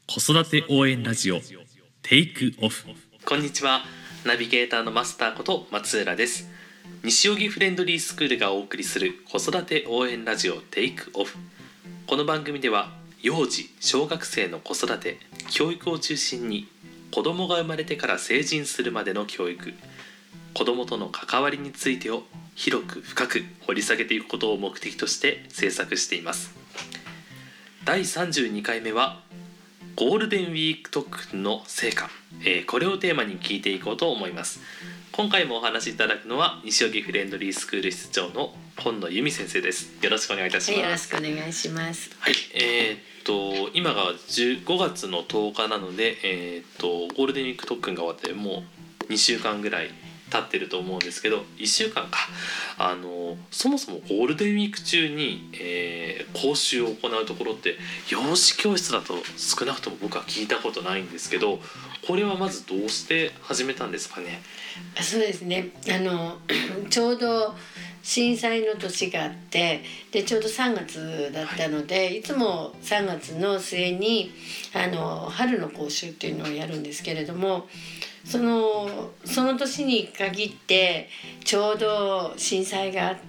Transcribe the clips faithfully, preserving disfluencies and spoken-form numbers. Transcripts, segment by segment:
子育て応援ラジオテイクオフ。 こんにちは、ナビゲーターのマスターこと松浦です。西荻フレンドリースクールがお送りする子育て応援ラジオテイクオフ。この番組では幼児小学生の子育て教育を中心に、子どもが生まれてから成人するまでの教育、子どもとの関わりについてを広く深く掘り下げていくことを目的として制作しています。だいさんじゅうにかいめはゴールデンウィーク特訓の成果、えー、これをテーマに聞いていこうと思います。今回もお話しいただくのは西荻フレンドリースクール室長の今野由美先生です。よろしくお願いいたします。 はい、よろしくお願いします。 はい、えー、っと今がごがつのとおかなので、えー、っとゴールデンウィーク特訓が終わってもうにしゅうかんぐらい経ってると思うんですけど、いっしゅうかんか。あのそもそもゴールデンウィーク中に、えー、講習を行うところって幼児教室だと少なくとも僕は聞いたことないんですけど、これはまずどうして始めたんですかね。 そうですね、あのちょうど震災の年があって、でちょうどさんがつだったので、はい、いつもさんがつの末にあの春の講習っていうのをやるんですけれども、そのその年に限ってちょうど震災があって、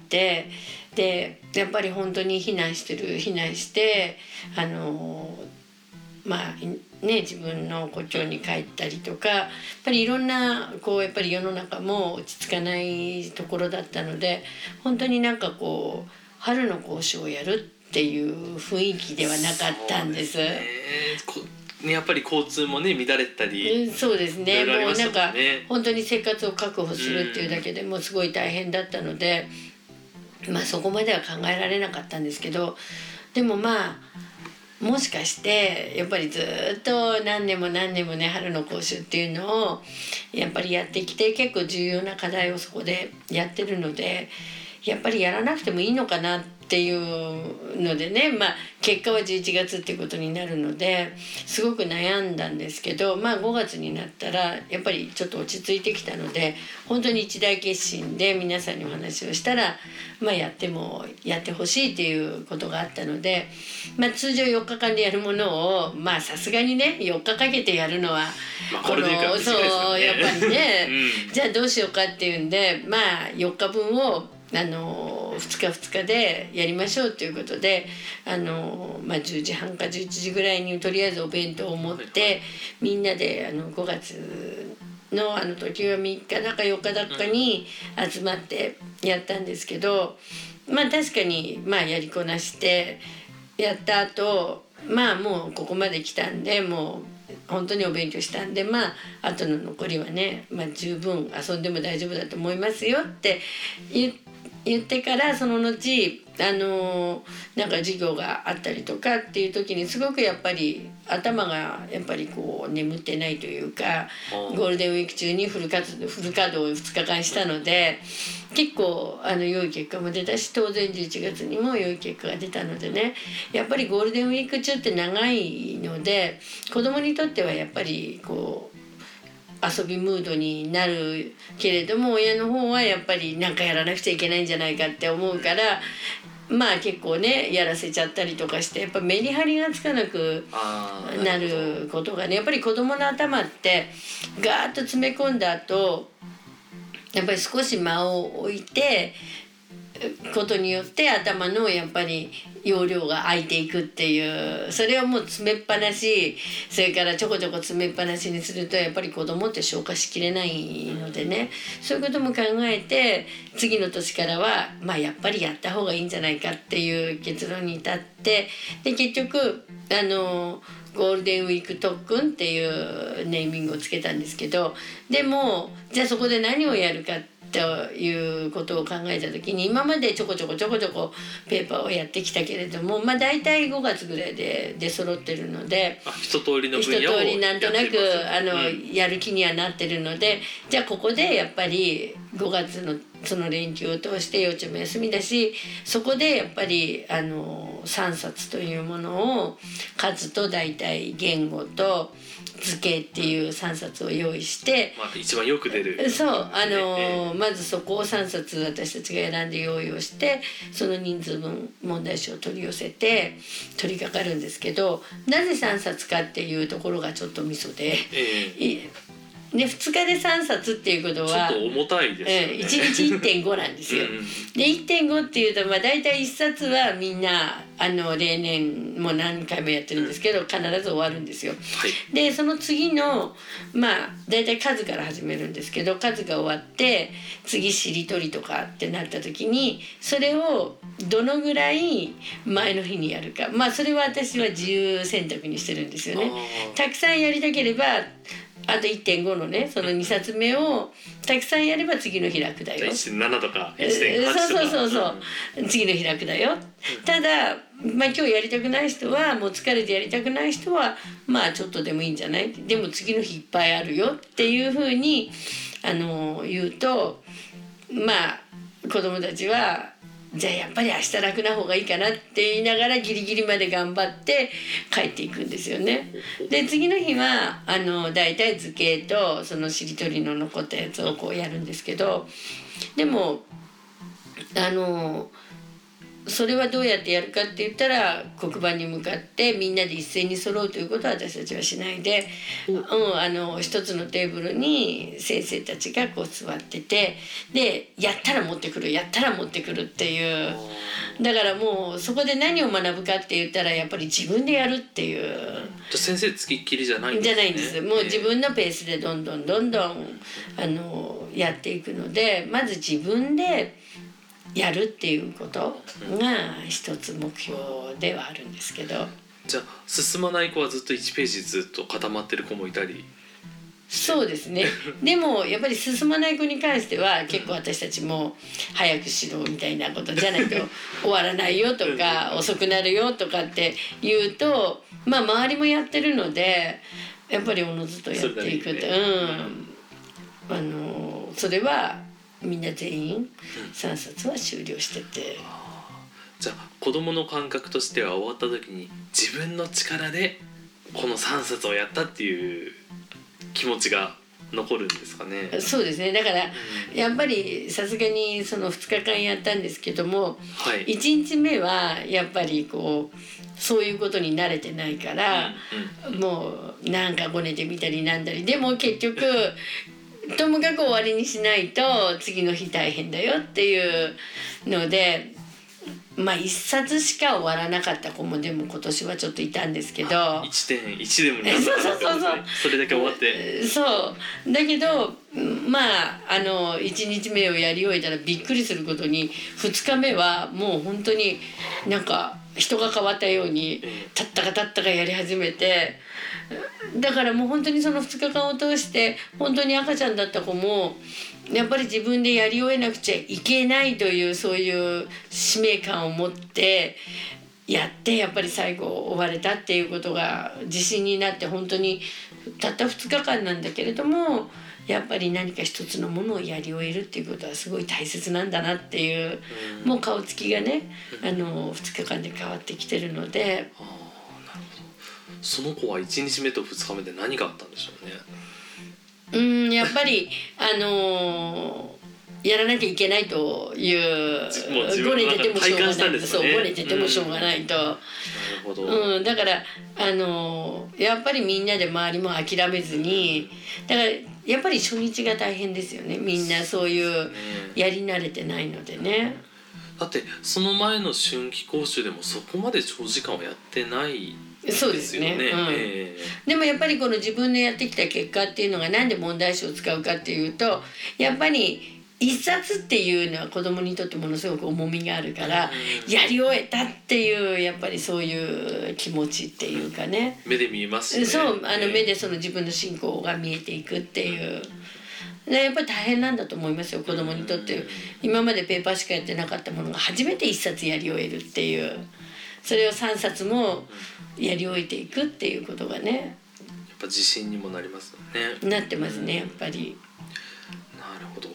でやっぱり本当に避難してる避難してあのまあね自分の故郷に帰ったりとか、やっぱりいろんなこうやっぱり世の中も落ち着かないところだったので、本当になんかこう春の講習をやるっていう雰囲気ではなかったんです。 そうですね、やっぱり交通もね乱れたり、 そうですね、 ももうなんか本当に生活を確保するっていうだけでもすごい大変だったので、まあそこまでは考えられなかったんですけど、でもまあもしかしてやっぱりずっと何年も何年もね春の講習っていうのをやっぱりやってきて、結構重要な課題をそこでやってるので、やっぱりやらなくてもいいのかなっていうのでね、まあ結果はじゅういちがつっていうことになるのですごく悩んだんですけど、まあごがつになったらやっぱりちょっと落ち着いてきたので、本当に一大決心で皆さんにお話をしたら、まあやってもやってほしいっていうことがあったので、まあ通常よっかかんでやるものをまあさすがにねよっかかけてやるのは、 まあ、このそうやっぱりね、うん、じゃあどうしようかっていうんで、まあよっかぶんをあのふつかふつかでやりましょうということで、あの、まあ、じゅうじはんかじゅういちじぐらいにとりあえずお弁当を持って、みんなであのごがつのあの時はみっかだかよっかだかに集まってやったんですけど、まあ確かにまあやりこなしてやった後、まあもうここまで来たんで、もう本当にお勉強したんで、まああとの残りはね、まあ、十分遊んでも大丈夫だと思いますよって言って言ってから、その後あのなんか授業があったりとかっていう時にすごくやっぱり頭がやっぱりこう眠ってないというか、ゴールデンウィーク中にフル活動フル稼働をふつかかんしたので、結構あの良い結果も出たし、当然じゅういちがつにも良い結果が出たのでね、やっぱりゴールデンウィーク中って長いので、子どもにとってはやっぱりこう遊びムードになるけれども、親の方はやっぱり何かやらなくちゃいけないんじゃないかって思うから、まあ結構ねやらせちゃったりとかして、やっぱメリハリがつかなくなることがね、やっぱり子どもの頭ってガーッと詰め込んだ後、やっぱり少し間を置いてことによって頭のやっぱり容量が空いていくっていう、それをもう詰めっぱなし、それからちょこちょこ詰めっぱなしにするとやっぱり子供って消化しきれないのでね、そういうことも考えて次の年からはまあやっぱりやった方がいいんじゃないかっていう結論に至って、で結局あのゴールデンウィーク特訓っていうネーミングをつけたんですけど、でもじゃあそこで何をやるかということを考えた時に、今までちょこちょこちょこちょこペーパーをやってきたけれども、まあ大体ごがつぐらいで出揃ってるので、 あ一通りの分野を一通りなんとなくあの、 うん、 やる気にはなってるので、じゃあここでやっぱりごがつのその連休を通して幼稚園も休みだし、そこでやっぱりあのさんさつというものを数と大体言語と図形っていうさんさつを用意して、 まあ、一番よく出る、 そうあの、 えー、 まずそこをさんさつ私たちが選んで用意をして、その人数分問題集を取り寄せて取り掛かるんですけど、なぜさんさつかっていうところがちょっとミソで、 えーでふつかでさんさつっていうことはちょっと重たいですよね、 うん、いちにち いってんご なんですよ。 うんで いってんご っていうと、まあ、大体いっさつはみんなあの例年も何回もやってるんですけど必ず終わるんですよ。 はい、 でその次のまあ大体数から始めるんですけど、数が終わって次しりとりとかってなった時にそれをどのぐらい前の日にやるか、まあそれは私は自由選択にしてるんですよね。たくさんやりたければあと いってんご のねそのにさつめをたくさんやれば次の日楽だよ。 いってんなな とか いってんはち とか、 そうそうそうそう、うん、次の日楽だよ。ただ、まあ、今日やりたくない人はもう疲れてやりたくない人はまあちょっとでもいいんじゃない、でも次の日いっぱいあるよっていうふうにあの言うと、まあ子供たちはじゃあやっぱり明日楽な方がいいかなって言いながらギリギリまで頑張って帰っていくんですよね。で次の日はあのだいたい図形とそのしりとりの残ったやつをこうやるんですけど、でもあのそれはどうやってやるかって言ったら黒板に向かってみんなで一斉に揃うということは私たちはしないで、うん、あの一つのテーブルに先生たちがこう座ってて、でやったら持ってくるやったら持ってくるっていう、だからもうそこで何を学ぶかって言ったらやっぱり自分でやるっていう。 先生つきっきりじゃないんですね。 じゃないんです。もう自分のペースでどんどんどんどんあのやっていくので、まず自分でやるっていうことが一つ目標ではあるんですけど、 じゃあ進まない子はずっといちページずっと固まってる子もいたり。 そうですね。でもやっぱり進まない子に関しては結構私たちも早く指導みたいなことじゃないと終わらないよとか遅くなるよとかって言うと、まあ周りもやってるのでやっぱりおのずとやっていくって、うんあのそれはみんな全員さんさつは終了してて、 じゃあ子どもの感覚としては終わった時に自分の力でこのさんさつをやったっていう気持ちが残るんですかね。 そうですね。だからやっぱりさすがにそのふつかかんやったんですけども、 はい、 いちにちめはやっぱりこうそういうことに慣れてないから、うんうん、もうなんかごねてみたりなんだり、でも結局ともかく終わりにしないと次の日大変だよっていうので、まあ一冊しか終わらなかった子もでも今年はちょっといたんですけど、 いってんいち でもなかったんですね。 そうそうそうそれだけ終わって、 そうだけどまああのいちにちめをやり終えたらびっくりすることにふつかめはもう本当になんか人が変わったようにたったかたったかやり始めて、だからもう本当にそのふつかかんを通して本当に赤ちゃんだった子もやっぱり自分でやり終えなくちゃいけないというそういう使命感を持ってやってやっぱり最後終われたっていうことが自信になって、本当にたったふつかかんなんだけれどもやっぱり何か一つのものをやり終えるっていうことはすごい大切なんだなっていう、うん、もう顔つきがねあのふつかかんで変わってきてるので。 あ、なるほど。その子はいちにちめとふつかめで何があったんでしょうね。 うんやっぱりあのー、やらなきゃいけないというごねててもしょうがない、ね、そうごねててもしょうがないと、うん、なるほど、うん、だからあのー、やっぱりみんなで周りも諦めずに、だからやっぱり初日が大変ですよね。みんなそういうやり慣れてないのでね。 だってその前の春季講習でもそこまで長時間はやってないそうですね、うんえー、 でもやっぱりこの自分のやってきた結果っていうのがなんで問題集を使うかっていうと、やっぱり一冊っていうのは子供にとってものすごく重みがあるから、うん、やり終えたっていうやっぱりそういう気持ちっていうかね、 目で見えますね。 そうあの目でその自分の進行が見えていくっていう、でやっぱり大変なんだと思いますよ子供にとって。今までペーパーしかやってなかったものが初めて一冊やり終えるっていう、それをさんさつもやり終えていくっていうことがね、 やっぱ自信にもなりますよね。 なってますねやっぱり。 なるほど。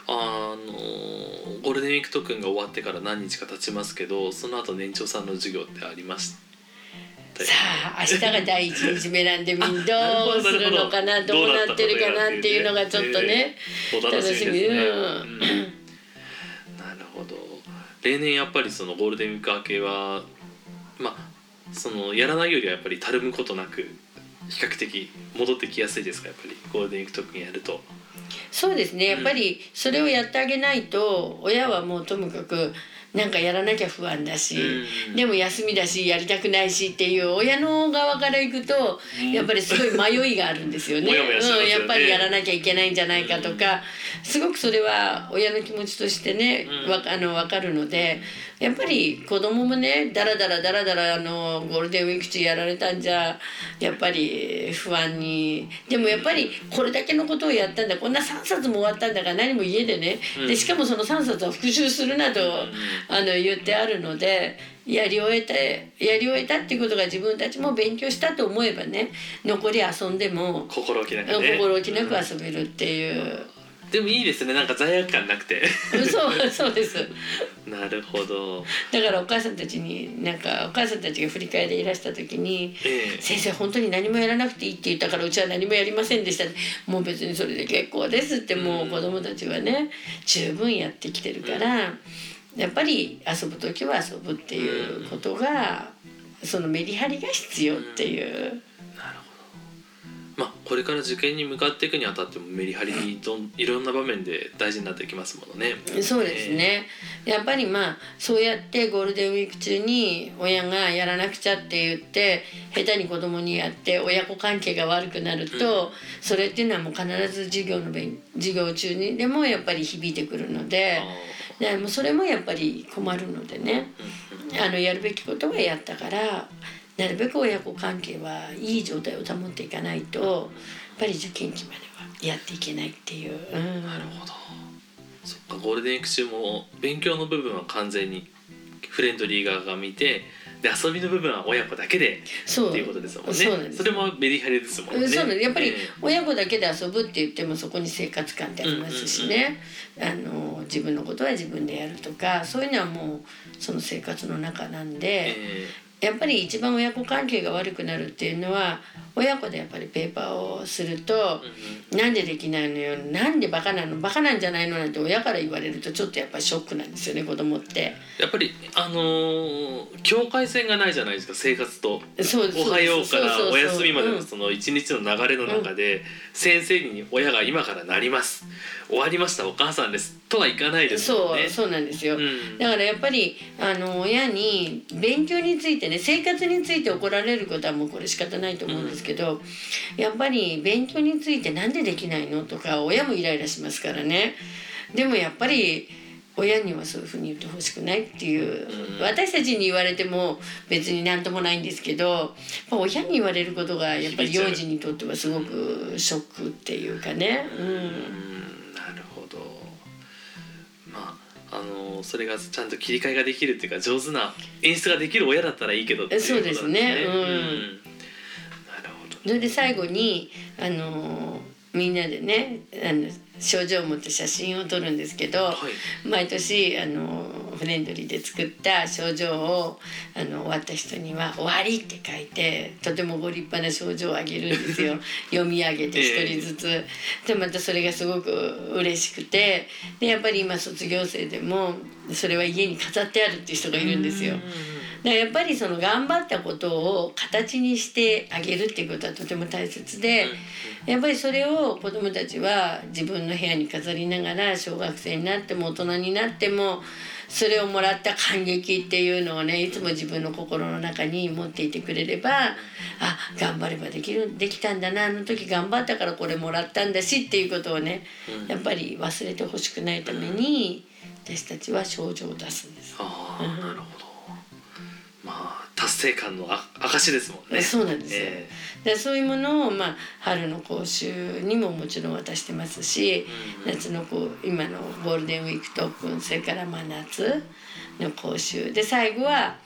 あのゴールデンウィーク特訓が終わってから何日か経ちますけど、その後年長さんの授業ってありましたよね。 さあ明日が第一日目なんでみんなどうするのかな、どうなってるかなっていうのがちょっとね、 お楽しみですね。 うんうんなるほど。例年やっぱりそのゴールデンウィーク明けはまあそのやらないよりはやっぱりたるむことなく比較的戻ってきやすいですか、やっぱりゴールデンウィーク特訓やると。 そうですね、やっぱりそれをやってあげないと親はもうともかくなんかやらなきゃ不安だし、 うんでも休みだしやりたくないしっていう親の側からいくと、 うんやっぱりすごい迷いがあるんですよね。 もやもやしますよねうん、やっぱりやらなきゃいけないんじゃないかとか、すごくそれは親の気持ちとしてね、 うんわあの分かるので、やっぱり子供もねだらだらだらだらあのゴールデンウィーク中やられたんじゃやっぱり不安に、でもやっぱりこれだけのことをやったんだ、こんなさんさつも終わったんだから何も家でね、でしかもそのさんさつは復習するなと、あの言ってあるので、やり終えたやり終えたっていうことが自分たちも勉強したと思えばね、残り遊んでも心置きなくね。 心置きなく遊べるっていう、 でもいいですね、なんか罪悪感なくてそうそうです。 なるほど。 だからお母さんたちになんかお母さんたちが振り返りいらした時にええ 「先生本当に何もやらなくていいって言ったからうちは何もやりませんでした」もう別にそれで結構ですってもう子供たちはね十分やってきてるから、やっぱり遊ぶ時は遊ぶっていうことがそのメリハリが必要っていう。 なるほど。まあこれから受験に向かっていくにあたってもメリハリどんいろんな場面で大事になってきますものね。 そうですね、やっぱりまあそうやってゴールデンウィーク中に親がやらなくちゃって言って下手に子供にやって親子関係が悪くなると、それっていうのはもう必ず授業の勉授業中にでもやっぱり響いてくるので、でもうそれもやっぱり困るのでね、あのやるべきことはやったからなるべく親子関係はいい状態を保っていかないとやっぱり受験期まではやっていけないっていう、うん、 なるほど。そっか、ゴールデンウィーク中も勉強の部分は完全にフレンドリー側が見て、で遊びの部分は親子だけでそうっていうことですもんね。 そうなんです。 それもメリハリですもんね。 そうなんです。やっぱりえ親子だけで遊ぶって言ってもそこに生活感ってありますしね、あの自分のことは自分でやるとかそういうのはもうその生活の中なんえで、 えやっぱり一番親子関係が悪くなるっていうのは親子でやっぱりペーパーをすると「なんでできないのよ、なんでバカなの、バカなんじゃないの」なんて親から言われるとちょっとやっぱりショックなんですよね、子供って。 やっぱりあのー境界線がないじゃないですか、生活と。 そうですおはようからそうそうそうお休みまでうんのその一日の流れの中で、先生に親が今からなります終わりましたお母さんですとはいかないですもんね。 そうそうなんですよ、 うんだからやっぱりあの親に勉強についてね、生活について怒られることはもうこれ仕方ないと思うんですけど、やっぱり勉強についてなんでできないのとか親もイライラしますからね。でもやっぱり親にはそういうふうに言ってほしくないっていう、 うん私たちに言われても別になんともないんですけど、やっぱ親に言われることがやっぱり幼児にとってはすごくショックっていうかね、うんうんなるほど。まああのそれがちゃんと切り替えができるっていうか上手な演出ができる親だったらいいけどっていうことなんですね。 そうですねうんなるほど。 それで最後にあのみんなでねあの賞状を持って写真を撮るんですけど、 はい毎年あのフレンドリーで作った賞状をあの終わった人には「終わり」って書いてとてもご立派な賞状をあげるんですよ読み上げて一人ずつ、でまたそれがすごく嬉しくて、でやっぱり今卒業生でもそれは家に飾ってあるっていう人がいるんですよ。だからやっぱりその頑張ったことを形にしてあげるっていうことはとても大切で、やっぱりそれを子どもたちは自分の部屋に飾りながら小学生になっても大人になってもそれをもらった感激っていうのをねいつも自分の心の中に持っていてくれれば、あ頑張ればできるできたんだな、あの時頑張ったからこれもらったんだしっていうことをねやっぱり忘れてほしくないために私たちは賞状を出すんです。 ああなるほど。まあ達成感のあ証ですもんね。 そうなんですよ、 えでそういうものを、まあ、春の講習にももちろん渡してますし、 うん夏のこう今のゴールデンウィーク特訓、それからまあ夏の講習で最後は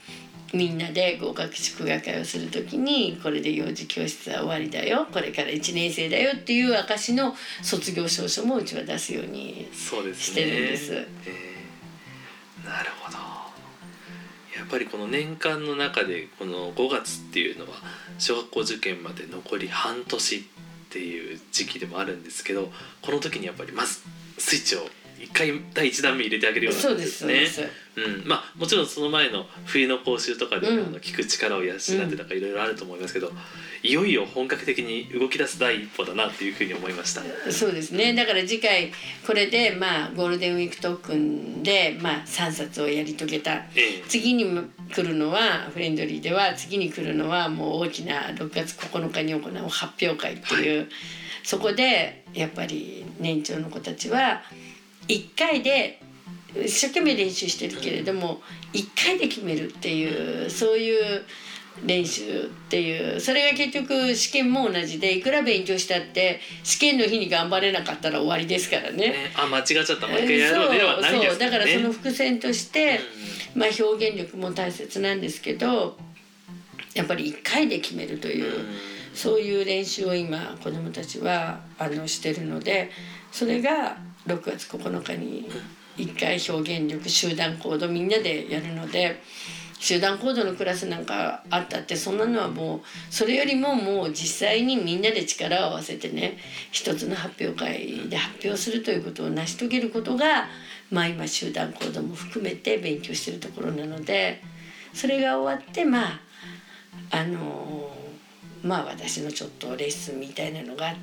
みんなで合格祝賀会をするときにこれで幼児教室は終わりだよ、これからいちねん生だよっていう証の卒業証書もうちは出すようにしてるんです。 そうですね、えー、なるほど。やっぱりこの年間の中でこのごがつっていうのは小学校受験まで残り半年っていう時期でもあるんですけど、この時にやっぱりまずスイッチを一回第一弾目入れてあげるようなんですね。 そうですそうです、 うん、まあもちろんその前の冬の講習とかで、 うん、 あの聞く力を養ってとかいろいろあると思いますけど、うん、いよいよ本格的に動き出す第一歩だなっていうふうに思いました。 そうですね。だから次回これでまあゴールデンウィーク特訓でまあさんさつをやり遂げた、ええ、次に来るのはフレンドリーでは次に来るのはもう大きなろくがつここのかに行う発表会っていう、はい、そこでやっぱり年長の子たちはいっかいで一生懸命練習してるけれどもいっかいで決めるっていう、そういう練習っていう、それが結局試験も同じで、いくら勉強したって試験の日に頑張れなかったら終わりですからね。ね、 あ、間違っちゃったもう一回やろうではないですからね。 そう、だからその伏線として、うん、まあ表現力も大切なんですけど、やっぱりいっかいで決めるという、うん、そういう練習を今子どもたちはあのしてるので、それがろくがつここのかにいっかい表現力集団行動みんなでやるので、集団行動のクラスなんかあったって、そんなのはもうそれよりももう実際にみんなで力を合わせてね、一つの発表会で発表するということを成し遂げることが、まあ今集団行動も含めて勉強してるところなので、それが終わってまああのまあ私のちょっとレッスンみたいなのがあって、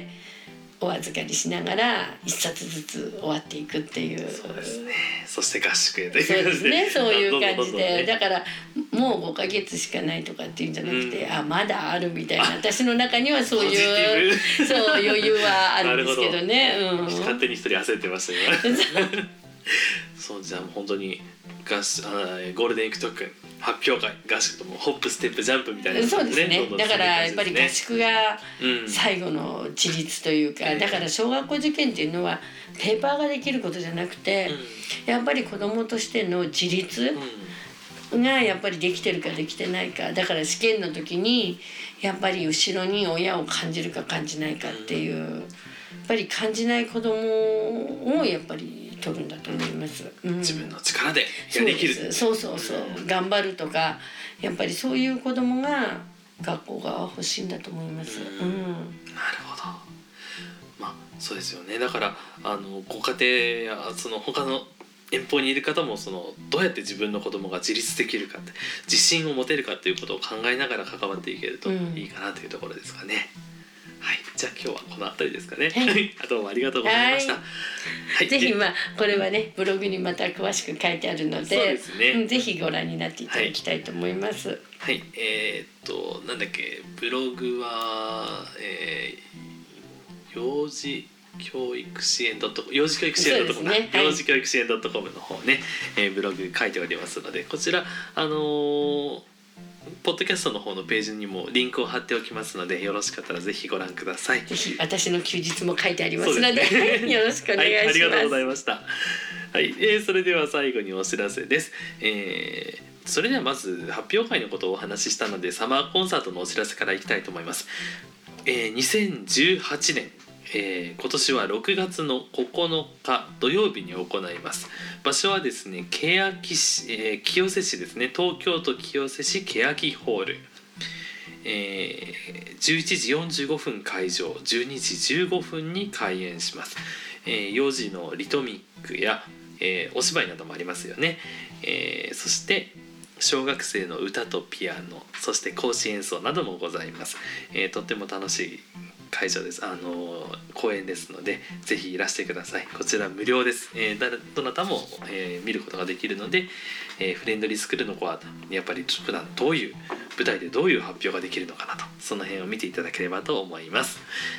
お預かりしながら一冊ずつ終わっていくっていう。 そうですね。そして合宿へというそうですね、そういう感じで、 ね、 だからもうごかげつしかないとかっていうんじゃなくて、うん、あまだあるみたいな、私の中にはそういうそう余裕はあるんですけどね。 どうん、勝手に一人焦ってました今。そう、じゃあもう本当に合宿、あゴールデンウィーク特訓発表会合宿ともホップステップジャンプみたいな、ね、 そうですね。どんどんだからやっぱり合宿が最後の自立というか、うん、だから小学校受験っていうのはペーパーができることじゃなくて、うん、やっぱり子どもとしての自立がやっぱりできてるかできてないか、だから試験の時にやっぱり後ろに親を感じるか感じないかっていう、やっぱり感じない子どもをやっぱり取るんだと思います、うん、 自分の力でやりきる。 そうそうそう、うん、頑張るとか、やっぱりそういう子どもが学校が欲しいんだと思います、うん、 うん、なるほど。まあそうですよね。だからあのご家庭やその他の遠方にいる方も、そのどうやって自分の子どもが自立できるかって、自信を持てるかっていうことを考えながら関わっていけるといいかなというところですかね、うん、はい。じゃあ今日はこの辺りですかね、はい、どうもありがとうございました、はいはい、ぜひまあこれはねブログにまた詳しく書いてあるので、そうですね、うん、ぜひご覧になっていただきたいと思います。 はい、はい、えー、っとなんだっけ、ブログは、えー、幼児教育支援 .com 幼児教育支援 .com、ね、幼児教育支援 .com の方ね、えー、ブログ書いておりますので、こちらあのーポッドキャストの方のページにもリンクを貼っておきますので、よろしかったらぜひご覧ください。 ぜひ私の休日も書いてありますので、ね、よろしくお願いします、はい、 ありがとうございました。はい、えー、それでは最後にお知らせです。えー、それではまず発表会のことをお話ししたので、サマーコンサートのお知らせからいきたいと思います。えー、にせんじゅうはちねんえー、今年はろくがつのここのか土曜日に行います。場所はですね、欅市、えー、清瀬市ですね、東京都清瀬市欅ホール、えー、じゅういちじよんじゅうごふん会場、じゅうにじじゅうごふんに開演します。えー、幼児のリトミックや、えー、お芝居などもありますよね、えー、そして小学生の歌とピアノ、そして講師演奏などもございます。えー、とっても楽しい会場です。あの公演ですので、ぜひいらしてください。こちら無料です。えー、だどなたも、えー、見ることができるので、えー、フレンドリースクールの子はやっぱり普段どういう舞台でどういう発表ができるのかなと、その辺を見ていただければと思います。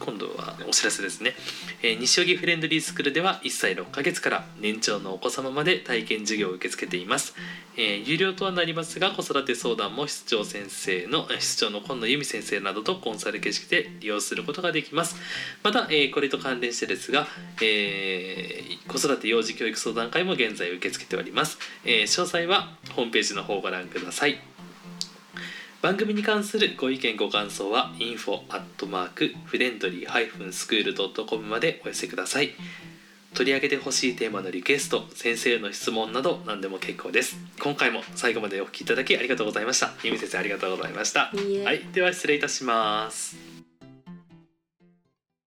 今度はお知らせですね、えー、西荻フレンドリースクールではいっさいろっかげつから年長のお子様まで体験授業を受け付けています、えー、有料とはなりますが子育て相談も室長先生の室長の今野由美先生などとコンサル形式で利用することができます。また、えー、これと関連してですが、えー、子育て幼児教育相談会も現在受け付けております、えー、詳細はホームページの方をご覧ください。番組に関するご意見ご感想は インフォ アットマーク フレンドリー スクール ドット コム までお寄せください。取り上げてほしいテーマのリクエスト、先生への質問など何でも結構です。今回も最後までお聞きいただきありがとうございました。由美先生ありがとうございました。 いいえ。 はい、では失礼いたします。